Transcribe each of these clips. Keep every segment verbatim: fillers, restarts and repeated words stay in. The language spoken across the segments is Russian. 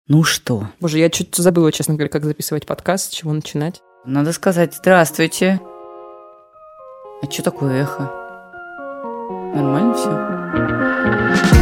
Ну что? Боже, я чуть забыла, честно говоря, как записывать подкаст, с чего начинать. Надо сказать «Здравствуйте». А что такое эхо? Нормально все?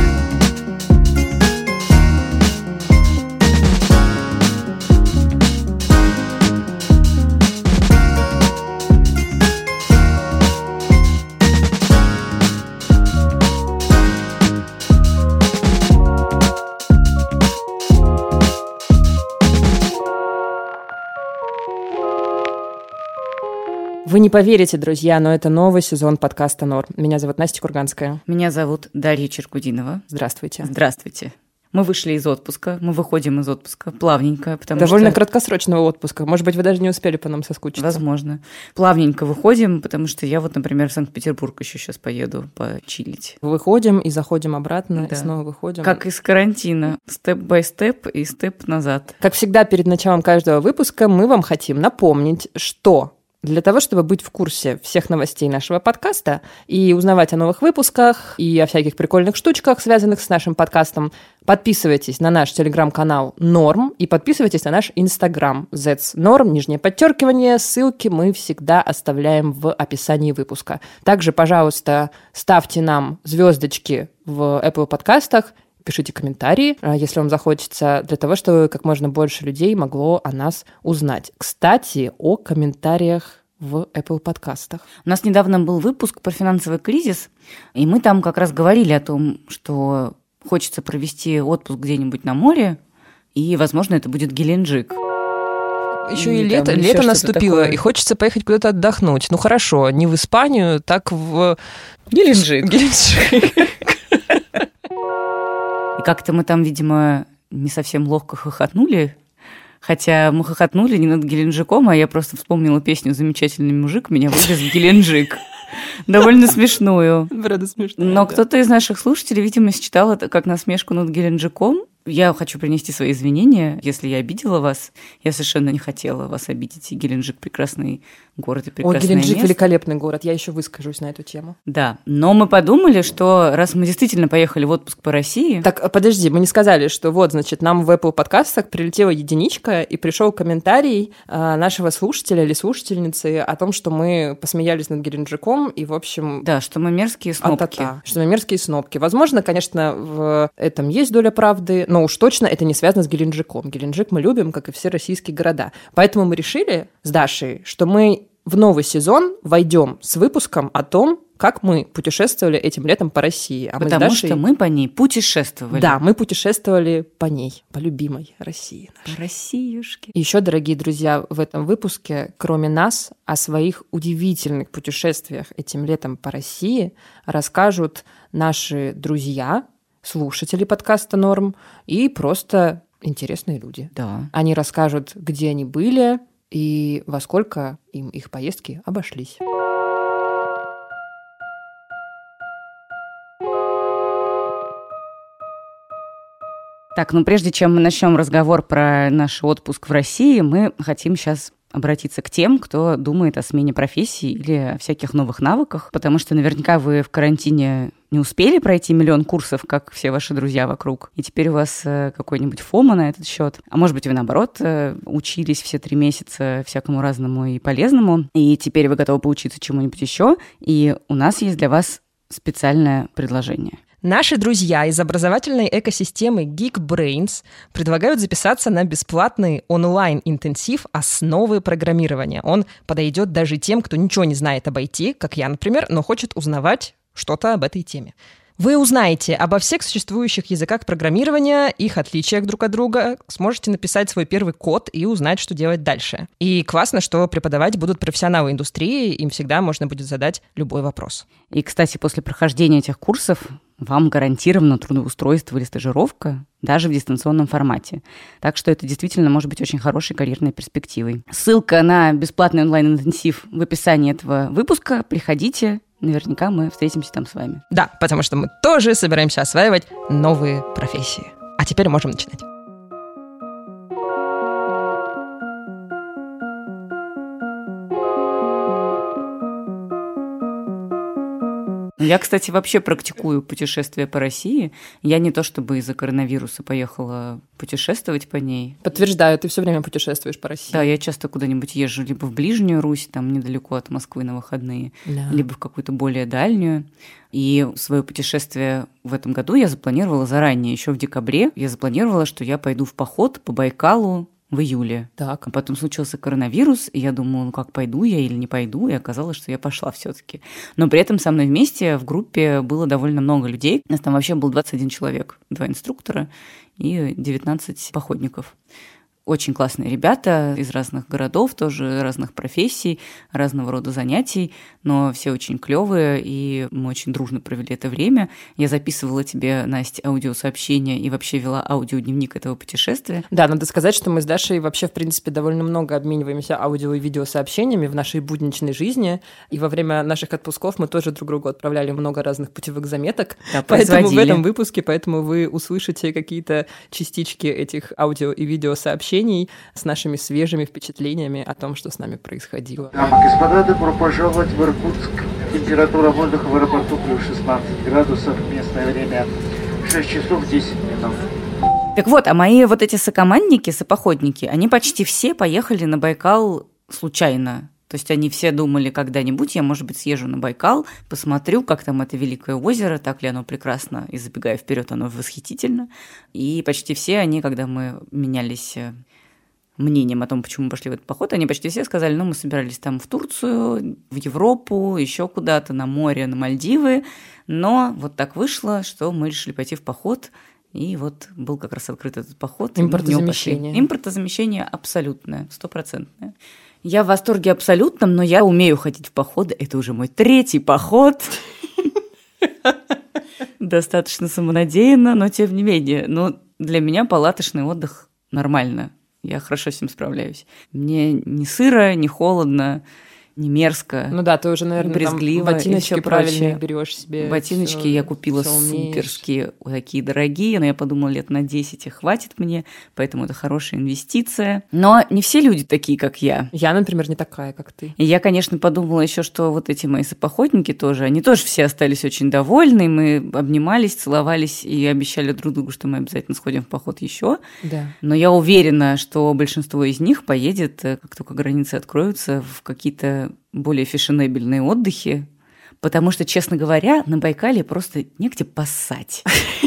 Вы не поверите, друзья, но это новый сезон подкаста «Норм». Меня зовут Настя Курганская. Меня зовут Дарья Черкудинова. Здравствуйте. Здравствуйте. Мы вышли из отпуска, мы выходим из отпуска плавненько, потому Довольно что... краткосрочного отпуска. Может быть, вы даже не успели по нам соскучиться. Возможно. Плавненько выходим, потому что я вот, например, в Санкт-Петербург еще сейчас поеду почилить. Выходим и заходим обратно, Да. И снова выходим. Как из карантина. Степ-бай-степ и степ назад. Как всегда, перед началом каждого выпуска мы вам хотим напомнить, что... Для того, чтобы быть в курсе всех новостей нашего подкаста и узнавать о новых выпусках и о всяких прикольных штучках, связанных с нашим подкастом, подписывайтесь на наш телеграм-канал Норм и подписывайтесь на наш инстаграм зетс норм, нижнее подчеркивание. Ссылки мы всегда оставляем в описании выпуска. Также, пожалуйста, ставьте нам звездочки в Apple подкастах, пишите комментарии, если вам захочется, для того, чтобы как можно больше людей могло о нас узнать. Кстати, о комментариях в Apple подкастах. У нас недавно был выпуск про финансовый кризис, и мы там как раз говорили о том, что хочется провести отпуск где-нибудь на море, и, возможно, это будет Геленджик. Еще и, и лето, там лето еще наступило, такое. И хочется поехать куда-то отдохнуть. Ну хорошо, не в Испанию, так в... Геленджик. Геленджик. И как-то мы там, видимо, не совсем ловко хохотнули. Хотя мы хохотнули не над Геленджиком, а я просто вспомнила песню «Замечательный мужик меня вывез в Геленджик». Довольно смешную. Правда смешно. Но кто-то из наших слушателей, видимо, считал это как насмешку над Геленджиком. Я хочу принести свои извинения, если я обидела вас. Я совершенно не хотела вас обидеть. И Геленджик – прекрасный город и прекрасное О, Геленджик место. великолепный город. Я еще выскажусь на эту тему. Да, но мы подумали, что раз мы действительно поехали в отпуск по России... Так, подожди, мы не сказали, что вот, значит, нам в Apple подкастах прилетела единичка, и пришел комментарий э, нашего слушателя или слушательницы о том, что мы посмеялись над Геленджиком, и, в общем... Да, что мы мерзкие снобки. А-та-та, что мы мерзкие снобки. Возможно, конечно, в этом есть доля правды, но уж точно это не связано с Геленджиком. Геленджик мы любим, как и все российские города. Поэтому мы решили с Дашей, что мы в новый сезон войдем с выпуском о том, как мы путешествовали этим летом по России. А Потому мы с Дашей... что мы по ней путешествовали. Да, мы путешествовали по ней, по любимой России. По Россиюшке. И еще, дорогие друзья, в этом выпуске, кроме нас, о своих удивительных путешествиях этим летом по России расскажут наши друзья, слушатели подкаста «Норм» и просто интересные люди. Да. Они расскажут, где они были и во сколько им их поездки обошлись. Так, ну прежде чем мы начнем разговор про наш отпуск в России, мы хотим сейчас обратиться к тем, кто думает о смене профессии или о всяких новых навыках, потому что наверняка вы в карантине не успели пройти миллион курсов, как все ваши друзья вокруг, и теперь у вас какой-нибудь фомо на этот счет. А может быть, вы, наоборот, учились все три месяца всякому разному и полезному, и теперь вы готовы поучиться чему-нибудь еще, и у нас есть для вас специальное предложение. Наши друзья из образовательной экосистемы Geekbrains предлагают записаться на бесплатный онлайн-интенсив «Основы программирования». Он подойдет даже тем, кто ничего не знает об ай ти, как я, например, но хочет узнавать что-то об этой теме. Вы узнаете обо всех существующих языках программирования, их отличиях друг от друга, сможете написать свой первый код и узнать, что делать дальше. И классно, что преподавать будут профессионалы индустрии, им всегда можно будет задать любой вопрос. И, кстати, после прохождения этих курсов вам гарантировано трудоустройство или стажировка даже в дистанционном формате. Так что это действительно может быть очень хорошей карьерной перспективой. Ссылка на бесплатный онлайн-интенсив в описании этого выпуска. Приходите. Наверняка мы встретимся там с вами. Да, потому что мы тоже собираемся осваивать новые профессии. А теперь можем начинать. Я, кстати, вообще практикую путешествия по России. Я не то чтобы из-за коронавируса поехала путешествовать по ней. Подтверждаю, ты все время путешествуешь по России. Да, я часто куда-нибудь езжу либо в Ближнюю Русь, там недалеко от Москвы на выходные, да. либо в какую-то более дальнюю. И свое путешествие в этом году я запланировала заранее, еще в декабре. Я запланировала, что я пойду в поход по Байкалу в июле. Так. А потом случился коронавирус, и я думала, ну как, пойду я или не пойду, и оказалось, что я пошла все-таки. Но при этом со мной вместе в группе было довольно много людей. У нас там вообще был двадцать один человек, два инструктора и девятнадцать походников. Очень классные ребята из разных городов, тоже разных профессий, разного рода занятий, но все очень клевые, и мы очень дружно провели это время. Я записывала тебе, Настя, аудиосообщения и вообще вела аудиодневник этого путешествия. Да, надо сказать, что мы с Дашей вообще, в принципе, довольно много обмениваемся аудио- и видеосообщениями в нашей будничной жизни, и во время наших отпусков мы тоже друг другу отправляли много разных путевых заметок, да, поэтому в этом выпуске, поэтому вы услышите какие-то частички этих аудио- и видеосообщений с нашими свежими впечатлениями о том, что с нами происходило. Дамы и господа, добро пожаловать в Иркутск. Температура воздуха в аэропорту плюс шестнадцать градусов, местное время шесть часов десять минут. Так вот, а мои вот эти сокомандники, сопоходники, они почти все поехали на Байкал случайно. То есть они все думали, когда-нибудь я, может быть, съезжу на Байкал, посмотрю, как там это великое озеро, так ли оно прекрасно, и забегая вперед, оно восхитительно. И почти все они, когда мы менялись мнением о том, почему мы пошли в этот поход, они почти все сказали, ну, мы собирались там в Турцию, в Европу, еще куда-то, на море, на Мальдивы, но вот так вышло, что мы решили пойти в поход, и вот был как раз открыт этот поход. Импортозамещение. Импортозамещение абсолютное, стопроцентное. Я в восторге абсолютном, но я умею ходить в походы. Это уже мой третий поход. Достаточно самонадеянно, но тем не менее. Но для меня палаточный отдых нормально. Я хорошо с ним справляюсь. Мне не сыро, не холодно, не мерзко. Ну да, ты уже, наверное, брезгливо, там ботиночки правильные берешь себе. Ботиночки всё, я купила суперские, такие дорогие, но я подумала, лет на десять их хватит мне, поэтому это хорошая инвестиция. Но не все люди такие, как я. Я, например, не такая, как ты. И я, конечно, подумала еще, что вот эти мои сопоходники тоже, они тоже все остались очень довольны, мы обнимались, целовались и обещали друг другу, что мы обязательно сходим в поход еще. Да. Но я уверена, что большинство из них поедет, как только границы откроются, в какие-то более фешенебельные отдыхи, потому что, честно говоря, на Байкале просто негде поссать.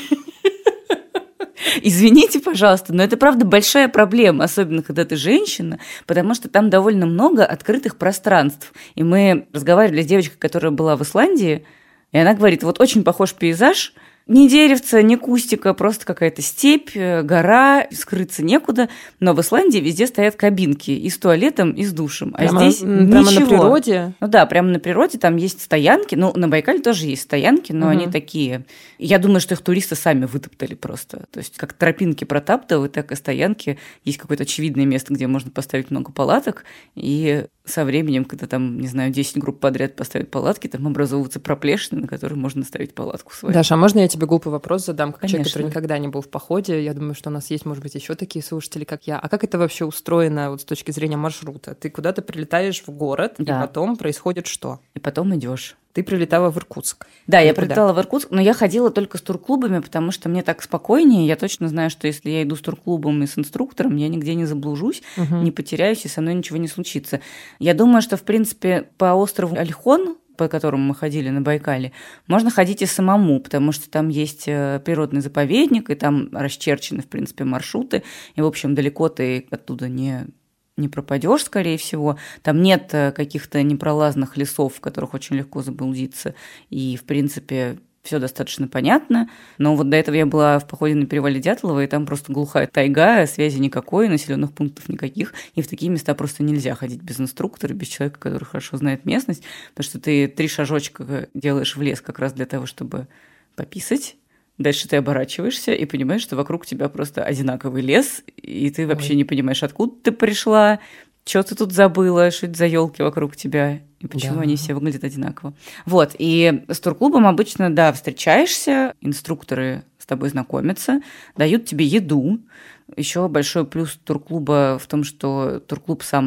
Извините, пожалуйста, но это, правда, большая проблема, особенно когда ты женщина, потому что там довольно много открытых пространств. И мы разговаривали с девочкой, которая была в Исландии, и она говорит, вот очень похож пейзаж, ни деревца, ни кустика, просто какая-то степь, гора, скрыться некуда. Но в Исландии везде стоят кабинки и с туалетом, и с душем. А прямо, здесь прямо ничего. На природе? Ну да, прямо на природе там есть стоянки. Ну, на Байкале тоже есть стоянки, но угу. они такие... Я думаю, что их туристы сами вытоптали просто. То есть как тропинки протаптывают, так и стоянки. Есть какое-то очевидное место, где можно поставить много палаток, и со временем, когда там, не знаю, десять групп подряд поставят палатки, там образовываются проплешины, на которые можно ставить палатку свою. Даша, а можно я тебе глупый вопрос задам, как Конечно. человек, который никогда не был в походе? Я думаю, что у нас есть, может быть, еще такие слушатели, как я. А как это вообще устроено вот с точки зрения маршрута? Ты куда-то прилетаешь в город, да. и потом происходит что? И потом идешь. Ты прилетала в Иркутск. Да, Или я куда? прилетала в Иркутск, но я ходила только с турклубами, потому что мне так спокойнее. Я точно знаю, что если я иду с турклубом и с инструктором, я нигде не заблужусь, угу. не потеряюсь, и со мной ничего не случится. Я думаю, что, в принципе, по острову Ольхон, по которому мы ходили на Байкале, можно ходить и самому, потому что там есть природный заповедник, и там расчерчены, в принципе, маршруты, и, в общем, далеко ты оттуда не... не пропадешь, скорее всего. Там нет каких-то непролазных лесов, в которых очень легко заблудиться. И, в принципе, все достаточно понятно. Но вот до этого я была в походе на перевале Дятлова, и там просто глухая тайга, связи никакой, населенных пунктов никаких. И в такие места просто нельзя ходить без инструктора, без человека, который хорошо знает местность, потому что ты три шажочка делаешь в лес как раз для того, чтобы пописать. Дальше ты оборачиваешься и понимаешь, что вокруг тебя просто одинаковый лес, и ты вообще Ой. не понимаешь, откуда ты пришла, что ты тут забыла, что это за елки вокруг тебя, и почему да. они все выглядят одинаково. Вот, и с турклубом обычно, да, встречаешься, инструкторы с тобой знакомятся, дают тебе еду. Еще большой плюс турклуба в том, что турклуб сам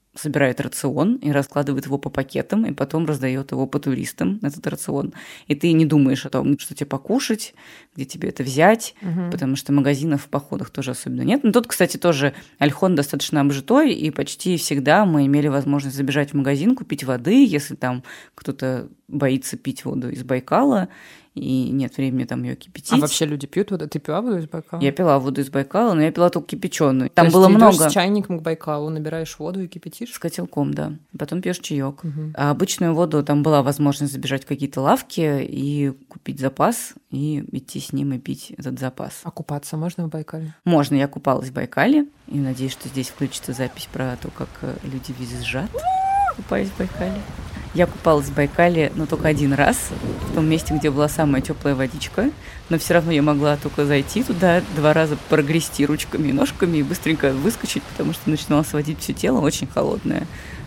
собирает рацион и раскладывает его по пакетам, и потом раздает его по туристам, этот рацион. И ты не думаешь о том, что тебе покушать, где тебе это взять, угу. потому что магазинов в походах тоже особенно нет. Но тут, кстати, тоже Ольхон достаточно обжитой, и почти всегда мы имели возможность забежать в магазин, купить воды, если там кто-то боится пить воду из Байкала, и нет времени там ее кипятить. А вообще люди пьют воду? Ты пила воду из Байкала? Я пила воду из Байкала, но я пила только кипяченую. Там То было есть ты много. идёшь с чайником к Байкалу, набираешь воду и кипятишь? С котелком, да. Потом пьешь чаек. Угу. А обычную воду там была возможность забежать в какие-то лавки и купить запас, и идти с ним и пить этот запас. А купаться можно в Байкале? Можно. Я купалась в Байкале, и надеюсь, что здесь включится запись про то, как люди визжат, купаясь в Байкале. Я купалась в Байкале, но только один раз, в том месте, где была самая теплая водичка, но все равно я могла только зайти туда, два раза прогрести ручками и ножками и быстренько выскочить, потому что начинало сводить все тело, очень холодное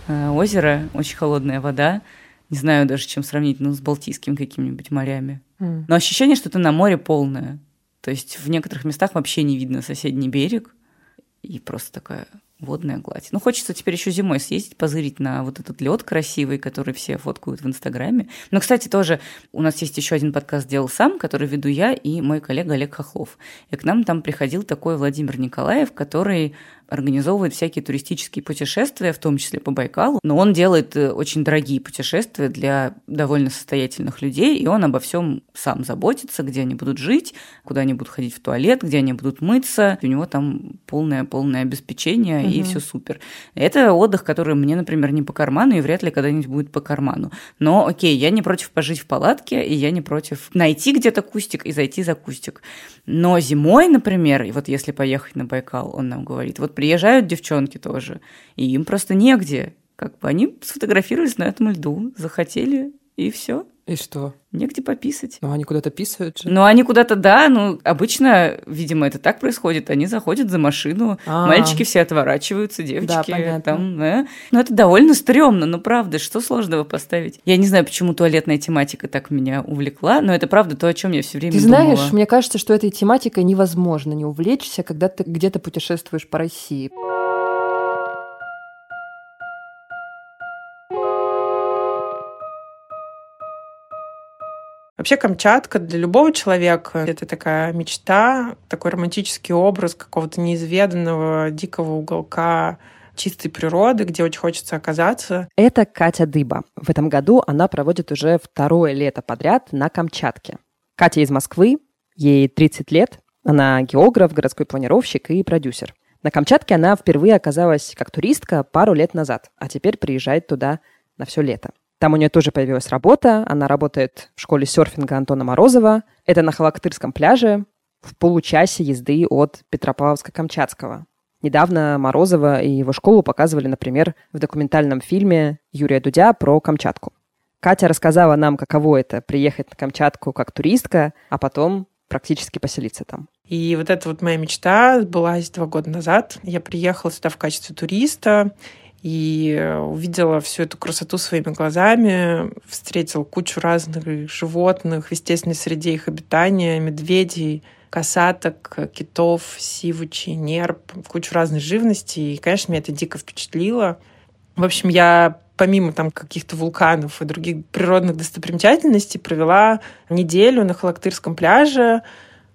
озеро, очень холодная вода. Не знаю даже, чем сравнить, ну, с Балтийскими какими-нибудь морями. Mm. Но ощущение, что ты на море полное. То есть в некоторых местах вообще не видно соседний берег, и просто такая водная гладь. Ну, хочется теперь еще зимой съездить, позырить на вот этот лед красивый, который все фоткают в Инстаграме. Но, кстати, тоже у нас есть еще один подкаст «Делал сам», который веду я и мой коллега Олег Хохлов. И к нам там приходил такой Владимир Николаев, который организовывает всякие туристические путешествия, в том числе по Байкалу. Но он делает очень дорогие путешествия для довольно состоятельных людей, и он обо всем сам заботится, где они будут жить, куда они будут ходить в туалет, где они будут мыться. У него там полное-полное обеспечение, угу. и все супер. Это отдых, который мне, например, не по карману, и вряд ли когда-нибудь будет по карману. Но окей, я не против пожить в палатке, и я не против найти где-то кустик и зайти за кустик. Но зимой, например, и вот если поехать на Байкал, он нам говорит, вот приезжают девчонки тоже, и им просто негде. Как бы они сфотографировались на этом льду, захотели, и все. И что? Негде пописать. Ну, они куда-то писают же. Ну, они куда-то, да, ну, обычно, видимо, это так происходит. Они заходят за машину, А-а-а. мальчики все отворачиваются, девочки да, там, да. Ну, это довольно стрёмно, ну, правда, что сложного поставить? Я не знаю, почему туалетная тематика так меня увлекла, но это правда то, о чем я все время Ты думала. Ты знаешь, мне кажется, что этой тематикой невозможно не увлечься, когда ты где-то путешествуешь по России. Вообще Камчатка для любого человека — это такая мечта, такой романтический образ какого-то неизведанного дикого уголка чистой природы, где очень хочется оказаться. Это Катя Дыба. В этом году она проводит уже второе лето подряд на Камчатке. Катя из Москвы, ей тридцать лет, она географ, городской планировщик и продюсер. На Камчатке она впервые оказалась как туристка пару лет назад, а теперь приезжает туда на все лето. Там у нее тоже появилась работа. Она работает в школе серфинга Антона Морозова. Это на Халактырском пляже в получасе езды от Петропавловска-Камчатского. Недавно Морозова и его школу показывали, например, в документальном фильме Юрия Дудя про Камчатку. Катя рассказала нам, каково это — приехать на Камчатку как туристка, а потом практически поселиться там. И вот эта вот моя мечта сбылась два года назад. Я приехала сюда в качестве туриста и увидела всю эту красоту своими глазами, встретила кучу разных животных в естественной среде их обитания, медведей, косаток, китов, сивучи, нерп, кучу разной живности. И, конечно, меня это дико впечатлило. В общем, я помимо там каких-то вулканов и других природных достопримечательностей провела неделю на Халактырском пляже.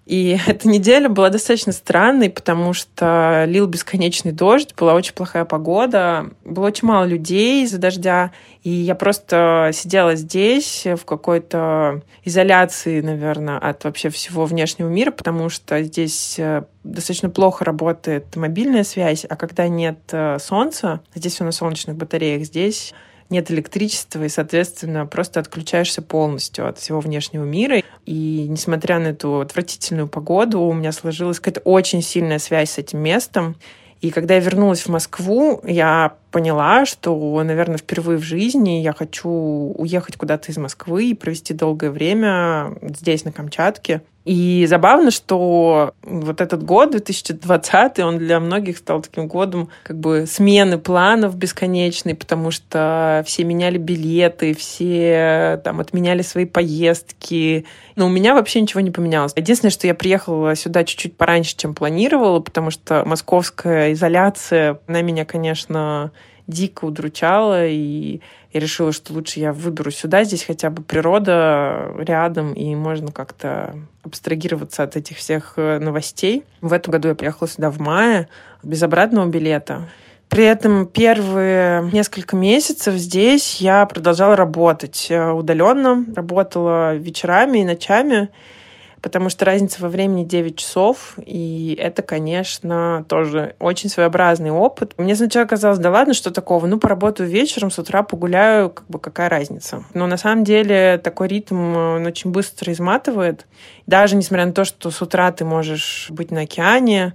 И эта неделя была достаточно странной, потому что лил бесконечный дождь, была очень плохая погода, было очень мало людей из-за дождя, и я просто сидела здесь в какой-то изоляции, наверное, от вообще всего внешнего мира, потому что здесь достаточно плохо работает мобильная связь, а когда нет солнца, здесь все на солнечных батареях, здесь нет электричества, и, соответственно, просто отключаешься полностью от всего внешнего мира. И несмотря на эту отвратительную погоду, у меня сложилась какая-то очень сильная связь с этим местом. И когда я вернулась в Москву, я поняла, что, наверное, впервые в жизни я хочу уехать куда-то из Москвы и провести долгое время здесь, на Камчатке. И забавно, что вот этот год, две тысячи двадцатый, он для многих стал таким годом как бы смены планов бесконечной, потому что все меняли билеты, все там отменяли свои поездки. Но у меня вообще ничего не поменялось. Единственное, что я приехала сюда чуть-чуть пораньше, чем планировала, потому что московская изоляция, она меня, конечно, дико удручало, и я решила, что лучше я выберу сюда, здесь хотя бы природа рядом, и можно как-то абстрагироваться от этих всех новостей. В этом году я приехала сюда в мае без обратного билета. При этом первые несколько месяцев здесь я продолжала работать удаленно, работала вечерами и ночами, потому что разница во времени девять часов, и это, конечно, тоже очень своеобразный опыт. Мне сначала казалось, да ладно, что такого, ну, поработаю вечером, с утра погуляю, как бы какая разница. Но на самом деле такой ритм, он очень быстро изматывает. Даже несмотря на то, что с утра ты можешь быть на океане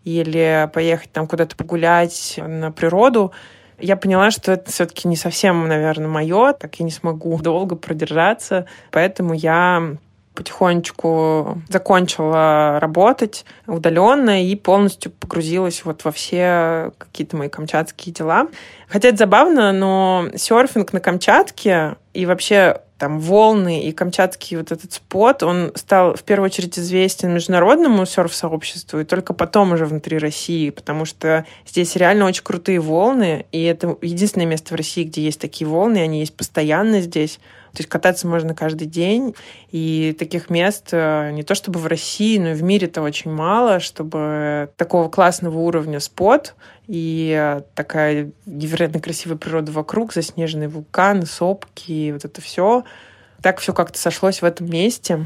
или поехать там куда-то погулять на природу, я поняла, что это все-таки не совсем, наверное, мое, так я не смогу долго продержаться, поэтому я потихонечку закончила работать удаленно и полностью погрузилась вот во все какие-то мои камчатские дела. Хотя это забавно, но серфинг на Камчатке и вообще там волны и камчатский вот этот спот, он стал в первую очередь известен международному серф-сообществу и только потом уже внутри России, потому что здесь реально очень крутые волны, и это единственное место в России, где есть такие волны, и они есть постоянно здесь. То есть кататься можно каждый день, и таких мест не то чтобы в России, но и в мире-то очень мало, чтобы такого классного уровня спот и такая невероятно красивая природа вокруг, заснеженные вулканы, сопки, вот это все. Так все как-то сошлось в этом месте.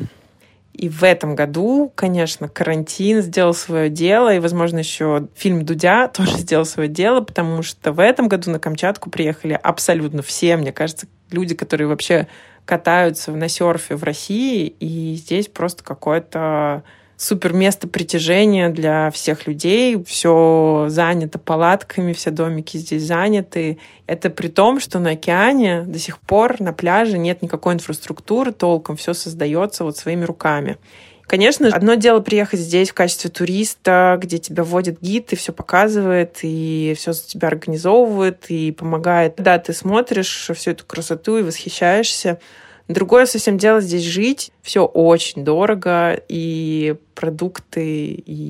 И в этом году, конечно, карантин сделал свое дело, и, возможно, еще фильм «Дудя» тоже сделал свое дело, потому что в этом году на Камчатку приехали абсолютно все, мне кажется, люди, которые вообще катаются на серфе в России, и здесь просто какое-то супер место притяжения для всех людей. Все занято палатками, все домики здесь заняты. Это при том, что на океане до сих пор на пляже нет никакой инфраструктуры толком, все создается вот своими руками. Конечно, одно дело приехать здесь в качестве туриста, где тебя водит гид и все показывает, и все за тебя организовывает, и помогает. Да, ты смотришь всю эту красоту и восхищаешься. Другое совсем дело здесь жить. Все очень дорого, и продукты,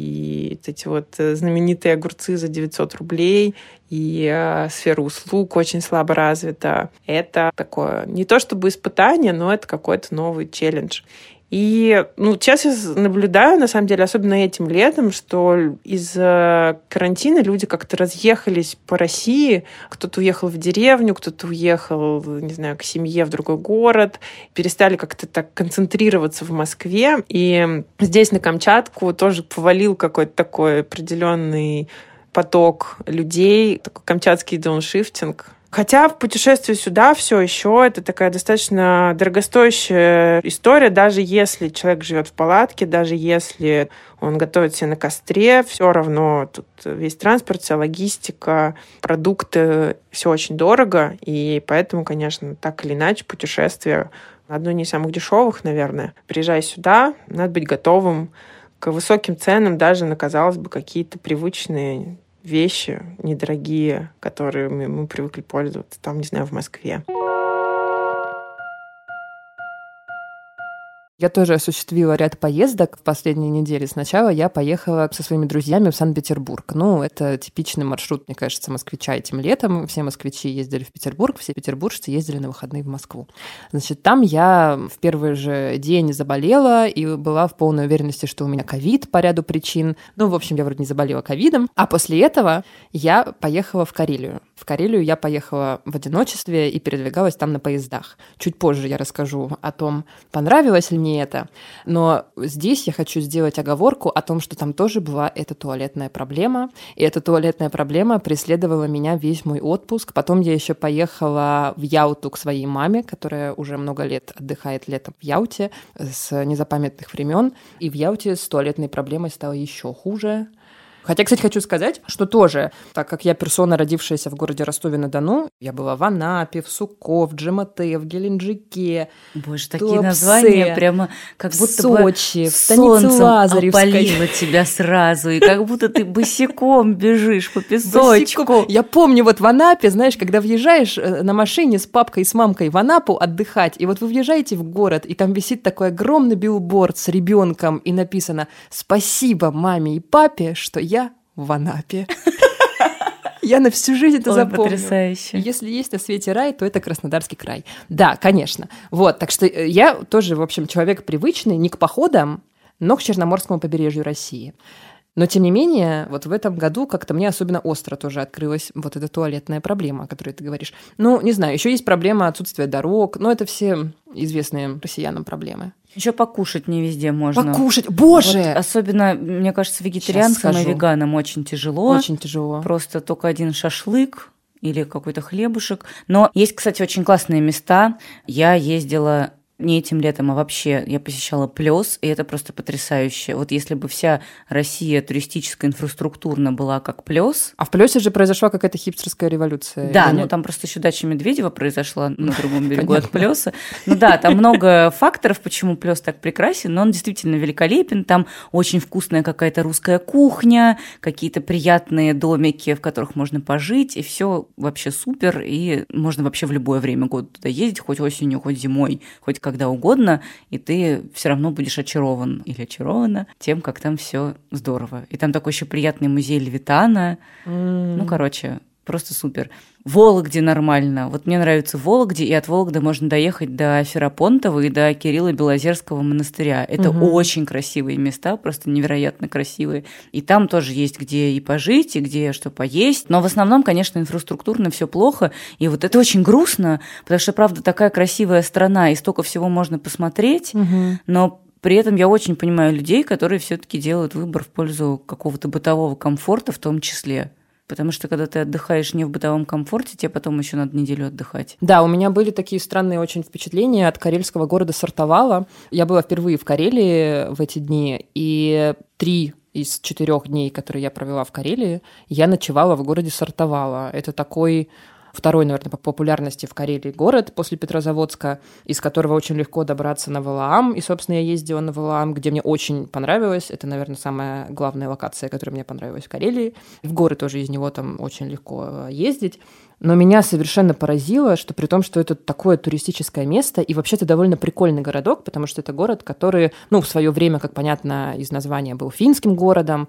и эти вот знаменитые огурцы за девятьсот рублей, и э, сфера услуг очень слабо развита. Это такое не то чтобы испытание, но это какой-то новый челлендж. И ну, сейчас я наблюдаю, на самом деле, особенно этим летом, что из-за карантина люди как-то разъехались по России. Кто-то уехал в деревню, кто-то уехал, не знаю, к семье в другой город. Перестали как-то так концентрироваться в Москве. И здесь, на Камчатку, тоже повалил какой-то такой определенный поток людей, такой камчатский дауншифтинг. Хотя в путешествии сюда все еще это такая достаточно дорогостоящая история, даже если человек живет в палатке, даже если он готовит себе на костре, все равно тут весь транспорт, вся логистика, продукты, все очень дорого, и поэтому, конечно, так или иначе путешествие одно не из самых дешевых, наверное. Приезжая сюда, надо быть готовым к высоким ценам даже на, казалось бы, какие-то привычные вещи недорогие, которыми мы привыкли пользоваться, там, не знаю, в Москве. Я тоже осуществила ряд поездок в последние недели. Сначала я поехала со своими друзьями в Санкт-Петербург. Ну, это типичный маршрут, мне кажется, москвича этим летом. Все москвичи ездили в Петербург, все петербуржцы ездили на выходные в Москву. Значит, там я в первый же день заболела и была в полной уверенности, что у меня ковид по ряду причин. Ну, в общем, я вроде не заболела ковидом. А после этого я поехала в Карелию. В Карелию я поехала в одиночестве и передвигалась там на поездах. Чуть позже я расскажу о том, понравилось ли мне это. Но здесь я хочу сделать оговорку о том, что там тоже была эта туалетная проблема. И эта туалетная проблема преследовала меня весь мой отпуск. Потом я еще поехала в Ялту к своей маме, которая уже много лет отдыхает летом в Ялте с незапамятных времен. И в Ялте с туалетной проблемой стало еще хуже. Хотя, кстати, хочу сказать, что тоже, так как я персона, родившаяся в городе Ростове-на-Дону, я была в Анапе, в Суко, в Джемате, в Геленджике. Боже, такие Туапсе, названия прямо как будто Сочи, бы в станице Лазаревской. Опалило тебя сразу, и как будто ты босиком бежишь по песочку. Босиком. Я помню, вот в Анапе, знаешь, когда въезжаешь на машине с папкой и с мамкой в Анапу отдыхать, и вот вы въезжаете в город, и там висит такой огромный билборд с ребенком, и написано «Спасибо маме и папе, что я в Анапе». Я на всю жизнь это Ой, запомню. Потрясающе. Если есть на свете рай, то это Краснодарский край. Да, конечно. Вот, так что я тоже, в общем, человек привычный не к походам, но к Черноморскому побережью России. Но, тем не менее, вот в этом году как-то мне особенно остро тоже открылась вот эта туалетная проблема, о которой ты говоришь. Ну, не знаю, еще есть проблема отсутствия дорог, но это все известные россиянам проблемы. Еще покушать не везде можно. Покушать, боже! Вот особенно, мне кажется, вегетарианцам и веганам очень тяжело. Очень тяжело. Просто только один шашлык или какой-то хлебушек. Но есть, кстати, очень классные места. Я ездила не этим летом, а вообще я посещала Плёс, и это просто потрясающе. Вот если бы вся Россия туристическая, инфраструктурно была как Плёс. А в Плёсе же произошла какая-то хипстерская революция. Да, ну там просто еще дача Медведева произошла на другом берегу от Плёса. Ну да, там много факторов, почему Плёс так прекрасен, но он действительно великолепен. Там очень вкусная какая-то русская кухня, какие-то приятные домики, в которых можно пожить, и все вообще супер, и можно вообще в любое время года туда ездить, хоть осенью, хоть зимой, хоть когда угодно, и ты все равно будешь очарован или очарована тем, как там все здорово. И там такой еще приятный музей Левитана. Mm. Ну, короче, просто супер. В Вологде нормально. Вот мне нравится Вологде, и от Вологды можно доехать до Ферапонтова и до Кирилла Белозерского монастыря. Это угу. очень красивые места, просто невероятно красивые. И там тоже есть где и пожить, и где что поесть. Но в основном, конечно, инфраструктурно все плохо. И вот это очень грустно, потому что, правда, такая красивая страна, и столько всего можно посмотреть, угу. но при этом я очень понимаю людей, которые все-таки делают выбор в пользу какого-то бытового комфорта в том числе. Потому что, когда ты отдыхаешь не в бытовом комфорте, тебе потом еще надо неделю отдыхать. Да, у меня были такие странные очень впечатления от карельского города Сартовала. Я была впервые в Карелии в эти дни, и три из четырех дней, которые я провела в Карелии, я ночевала в городе Сартовала. Это такой второй, наверное, по популярности в Карелии город после Петрозаводска, из которого очень легко добраться на Валаам. И, собственно, я ездила на Валаам, где мне очень понравилось. Это, наверное, самая главная локация, которая мне понравилась в Карелии. В горы тоже из него там очень легко ездить. Но меня совершенно поразило, что при том, что это такое туристическое место, и вообще-то довольно прикольный городок, потому что это город, который, ну, в свое время, как понятно из названия, был финским городом,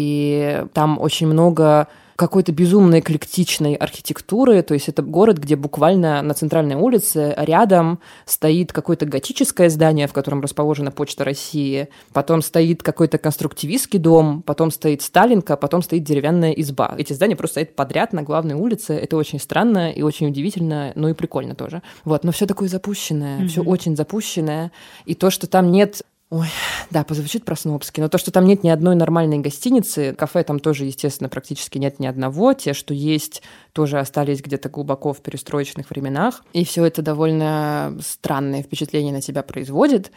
и там очень много какой-то безумно эклектичной архитектуры, то есть это город, где буквально на центральной улице рядом стоит какое-то готическое здание, в котором расположена Почта России, потом стоит какой-то конструктивистский дом, потом стоит Сталинка, потом стоит деревянная изба. Эти здания просто стоят подряд на главной улице, это очень странно и очень удивительно, ну и прикольно тоже. Вот, но все такое запущенное, mm-hmm. все очень запущенное, и то, что там нет... Ой, да, позвучит по-снобски, но то, что там нет ни одной нормальной гостиницы, кафе там тоже, естественно, практически нет ни одного, те, что есть, тоже остались где-то глубоко в перестроечных временах, и все это довольно странное впечатление на тебя производит,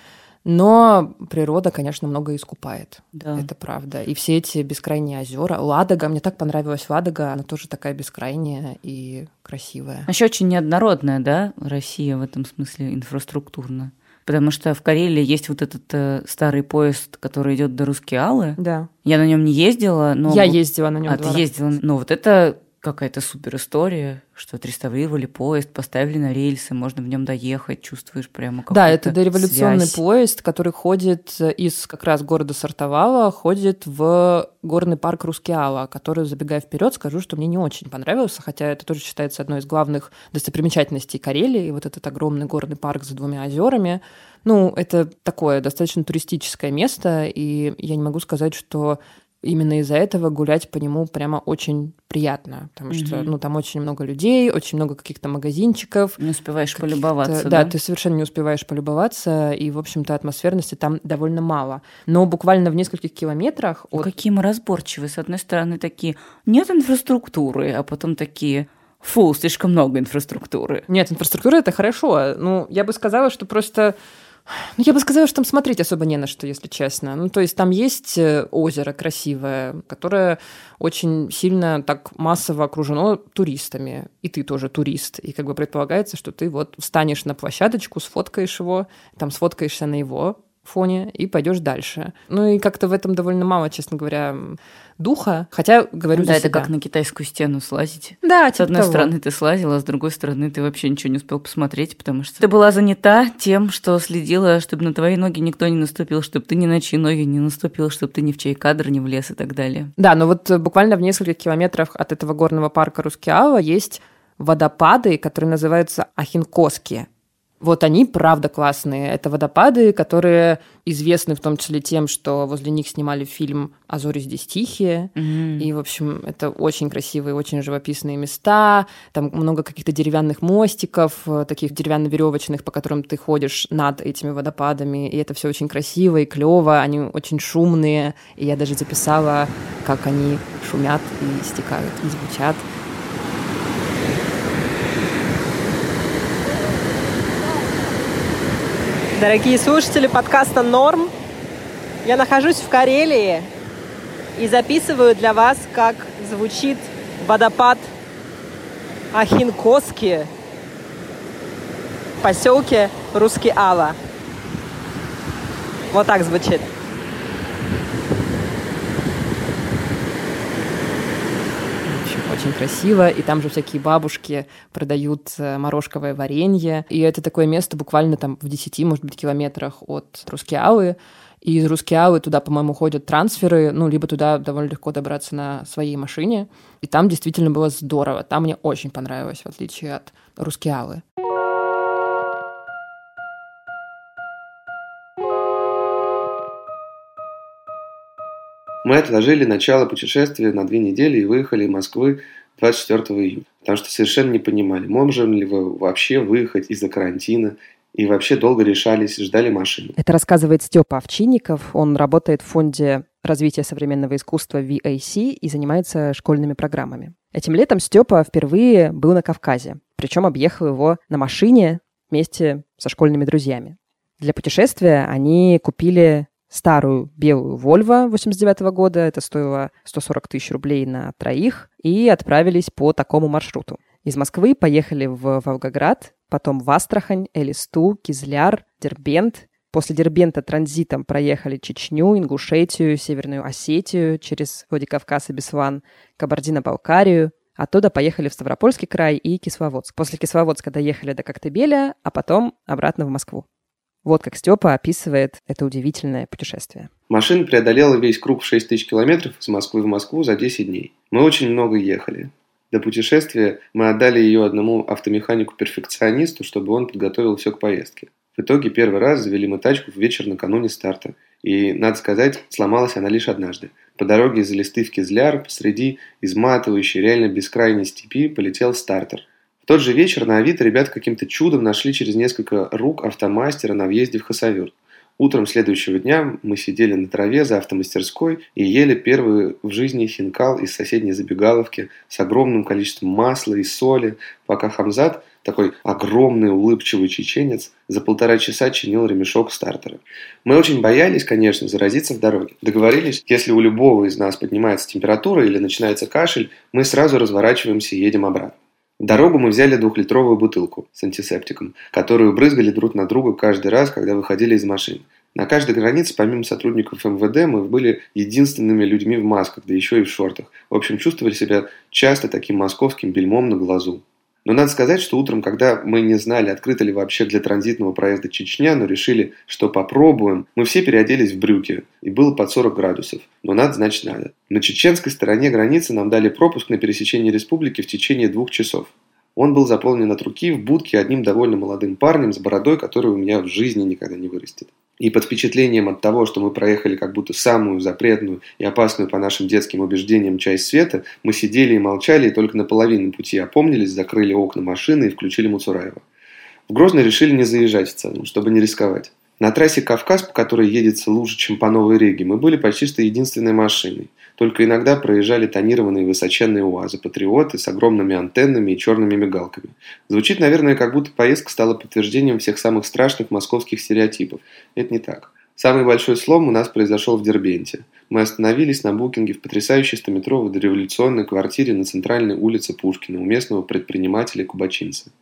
но природа, конечно, много искупает, да. Это правда. И все эти бескрайние озера, Ладога, мне так понравилась Ладога, она тоже такая бескрайняя и красивая. Еще очень неоднородная, да, Россия в этом смысле инфраструктурно. Потому что в Карелии есть вот этот э, старый поезд, который идет до Рускеалы. Да. Я на нем не ездила, но... Я ездила на нем. А ты ездила? Ну, вот это какая-то супер история, что отреставрировали поезд, поставили на рельсы, можно в нем доехать, чувствуешь прямо какую-то Да, это дореволюционный связь. Поезд, который ходит из как раз города Сартовала, ходит в горный парк Рускеала, который, забегая вперед, скажу, что мне не очень понравился, хотя это тоже считается одной из главных достопримечательностей Карелии, вот этот огромный горный парк за двумя озерами. Ну, это такое достаточно туристическое место, и я не могу сказать, что именно из-за этого гулять по нему прямо очень приятно, потому mm-hmm. что ну, там очень много людей, очень много каких-то магазинчиков. Не успеваешь полюбоваться, да? Да, ты совершенно не успеваешь полюбоваться, и, в общем-то, атмосферности там довольно мало. Но буквально в нескольких километрах... От... От... Какие мы разборчивые. С одной стороны, такие, нет инфраструктуры, а потом такие... Фу, слишком много инфраструктуры. Нет, инфраструктура — это хорошо. Ну, я бы сказала, что просто... Ну, я бы сказала, что там смотреть особо не на что, если честно. Ну, то есть там есть озеро красивое, которое очень сильно так массово окружено туристами. И ты тоже турист. И как бы предполагается, что ты вот встанешь на площадочку, сфоткаешь его, там сфоткаешься на его фоне и пойдешь дальше. Ну и как-то в этом довольно мало, честно говоря, духа. Хотя, говорю да, за это себя. как на китайскую стену слазить. Да, С типа одной того. стороны ты слазила, а с другой стороны ты вообще ничего не успел посмотреть, потому что ты была занята тем, что следила, чтобы на твои ноги никто не наступил, чтобы ты ни на чьи ноги не наступил, чтобы ты ни в чей кадр не влез и так далее. Да, но вот буквально в нескольких километрах от этого горного парка Рускеала есть водопады, которые называются Ахинкоски. Вот они, правда, классные. Это водопады, которые известны в том числе тем, что возле них снимали фильм «А зори здесь тихие». Mm-hmm. И, в общем, это очень красивые, очень живописные места. Там много каких-то деревянных мостиков, таких деревянно-веревочных, по которым ты ходишь над этими водопадами. И это все очень красиво и клево. Они очень шумные. И я даже записала, как они шумят и стекают, и звучат. Дорогие слушатели подкаста «Норм», я нахожусь в Карелии и записываю для вас, как звучит водопад Ахинкоски в поселке Рускеала. Вот так звучит. Очень красиво, и там же всякие бабушки продают морожковое варенье, и это такое место буквально там в десяти, может быть, километрах от Рускеалы, и из Рускеалы туда, по-моему, ходят трансферы, ну, либо туда довольно легко добраться на своей машине, и там действительно было здорово, там мне очень понравилось, в отличие от Рускеалы. Мы отложили начало путешествия на две недели и выехали из Москвы двадцать четвёртого июня, потому что совершенно не понимали, можем ли вы вообще выехать из-за карантина, и вообще долго решались, ждали машину. Это рассказывает Степа Овчинников. Он работает в фонде развития современного искусства ви эй си и занимается школьными программами. Этим летом Степа впервые был на Кавказе, причем объехал его на машине вместе со школьными друзьями. Для путешествия они купили старую белую Volvo восемьдесят девятого года, это стоило сто сорок тысяч рублей на троих, и отправились по такому маршруту. Из Москвы поехали в Волгоград, потом в Астрахань, Элисту, Кизляр, Дербент. После Дербента транзитом проехали Чечню, Ингушетию, Северную Осетию, через Владикавказ и Беслан, Кабардино-Балкарию. Оттуда поехали в Ставропольский край и Кисловодск. После Кисловодска доехали до Коктебеля, а потом обратно в Москву. Вот как Степа описывает это удивительное путешествие. Машина преодолела весь круг в шесть тысяч километров из Москвы в Москву за десять дней. Мы очень много ехали. До путешествия мы отдали ее одному автомеханику-перфекционисту, чтобы он подготовил все к поездке. В итоге первый раз завели мы тачку в вечер накануне старта. И, надо сказать, сломалась она лишь однажды. По дороге из Элисты в Кизляр посреди изматывающей, реально бескрайней степи полетел стартер. В тот же вечер на Авито ребята каким-то чудом нашли через несколько рук автомастера на въезде в Хасавюрт. Утром следующего дня мы сидели на траве за автомастерской и ели первый в жизни хинкал из соседней забегаловки с огромным количеством масла и соли, пока Хамзат, такой огромный улыбчивый чеченец, за полтора часа чинил ремешок стартера. Мы очень боялись, конечно, заразиться в дороге. Договорились, если у любого из нас поднимается температура или начинается кашель, мы сразу разворачиваемся и едем обратно. В дорогу мы взяли двухлитровую бутылку с антисептиком, которую брызгали друг на друга каждый раз, когда выходили из машин. На каждой границе, помимо сотрудников эм вэ дэ, мы были единственными людьми в масках, да еще и в шортах. В общем, чувствовали себя часто таким московским бельмом на глазу. Но надо сказать, что утром, когда мы не знали, открыто ли вообще для транзитного проезда Чечня, но решили, что попробуем, мы все переоделись в брюки, и было под сорок градусов. Но надо, значит надо. На чеченской стороне границы нам дали пропуск на пересечение республики в течение двух часов. Он был заполнен от руки в будке одним довольно молодым парнем с бородой, который у меня в жизни никогда не вырастет. И под впечатлением от того, что мы проехали как будто самую запретную и опасную по нашим детским убеждениям часть света, мы сидели и молчали, и только на половине пути опомнились, закрыли окна машины и включили Муцураева. В Грозный решили не заезжать в целом, чтобы не рисковать. На трассе Кавказ, по которой едется лучше, чем по Новой Риге, мы были почти что единственной машиной. Только иногда проезжали тонированные высоченные УАЗы, патриоты с огромными антеннами и черными мигалками. Звучит, наверное, как будто поездка стала подтверждением всех самых страшных московских стереотипов. Это не так. Самый большой слом у нас произошел в Дербенте. Мы остановились на букинге в потрясающей стометровой дореволюционной квартире на центральной улице Пушкина у местного предпринимателя-кубачинца.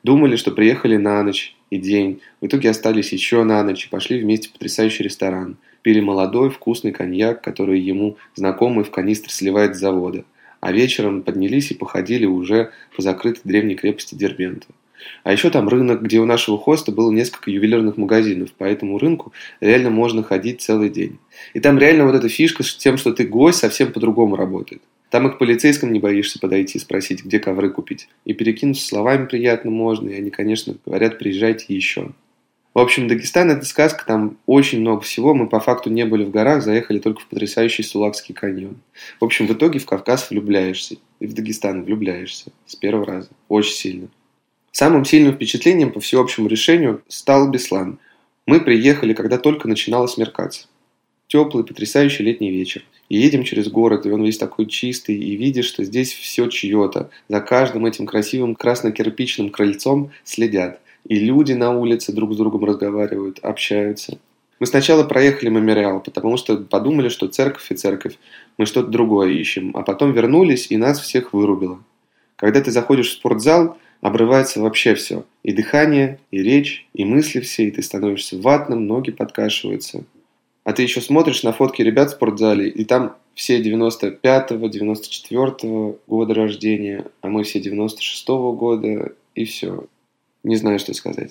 Думали, что приехали на ночь и день. В итоге остались еще на ночь и пошли вместе в потрясающий ресторан. Пили молодой, вкусный коньяк, который ему знакомый в канистре сливает с завода. А вечером поднялись и походили уже по закрытой древней крепости Дербента. А еще там рынок, где у нашего хоста было несколько ювелирных магазинов, по этому рынку реально можно ходить целый день. И там реально вот эта фишка с тем, что ты гость, совсем по-другому работает. Там и к полицейским не боишься подойти, спросить, где ковры купить. И перекинуться словами приятно можно, и они, конечно, говорят, приезжайте еще. В общем, Дагестан – это сказка, там очень много всего. Мы по факту не были в горах, заехали только в потрясающий Сулакский каньон. В общем, в итоге в Кавказ влюбляешься. И в Дагестан влюбляешься с первого раза. Очень сильно. Самым сильным впечатлением по всеобщему решению стал Беслан. Мы приехали, когда только начинало смеркаться. Теплый, потрясающий летний вечер. И едем через город, и он весь такой чистый, и видишь, что здесь все чье-то. За каждым этим красивым красно-кирпичным крыльцом следят. И люди на улице друг с другом разговаривают, общаются. Мы сначала проехали мемориал, потому что подумали, что церковь и церковь. Мы что-то другое ищем. А потом вернулись, и нас всех вырубило. Когда ты заходишь в спортзал, обрывается вообще все. И дыхание, и речь, и мысли все, и ты становишься ватным, ноги подкашиваются. А ты еще смотришь на фотки ребят в спортзале, и там все девяносто пятого, девяносто четвёртого года рождения, а мы все девяносто шестого года, и все. Не знаю, что сказать.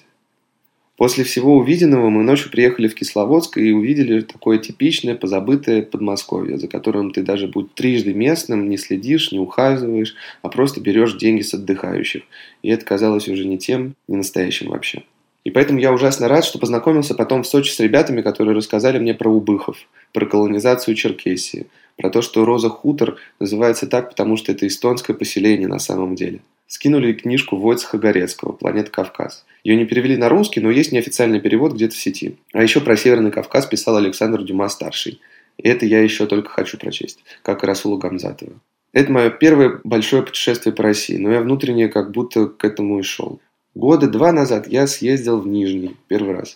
После всего увиденного мы ночью приехали в Кисловодск и увидели такое типичное, позабытое Подмосковье, за которым ты даже будь трижды местным, не следишь, не ухаживаешь, а просто берешь деньги с отдыхающих. И это казалось уже не тем, не настоящим вообще. И поэтому я ужасно рад, что познакомился потом в Сочи с ребятами, которые рассказали мне про убыхов, про колонизацию Черкесии, про то, что Роза Хутор называется так, потому что это эстонское поселение на самом деле. Скинули книжку Войцеха Горецкого «Планета Кавказ». Ее не перевели на русский, но есть неофициальный перевод где-то в сети. А еще про Северный Кавказ писал Александр Дюма-старший. И это я еще только хочу прочесть, как и Расула Гамзатова. Это мое первое большое путешествие по России, но я внутренне как будто к этому и шел. Года два назад я съездил в Нижний первый раз.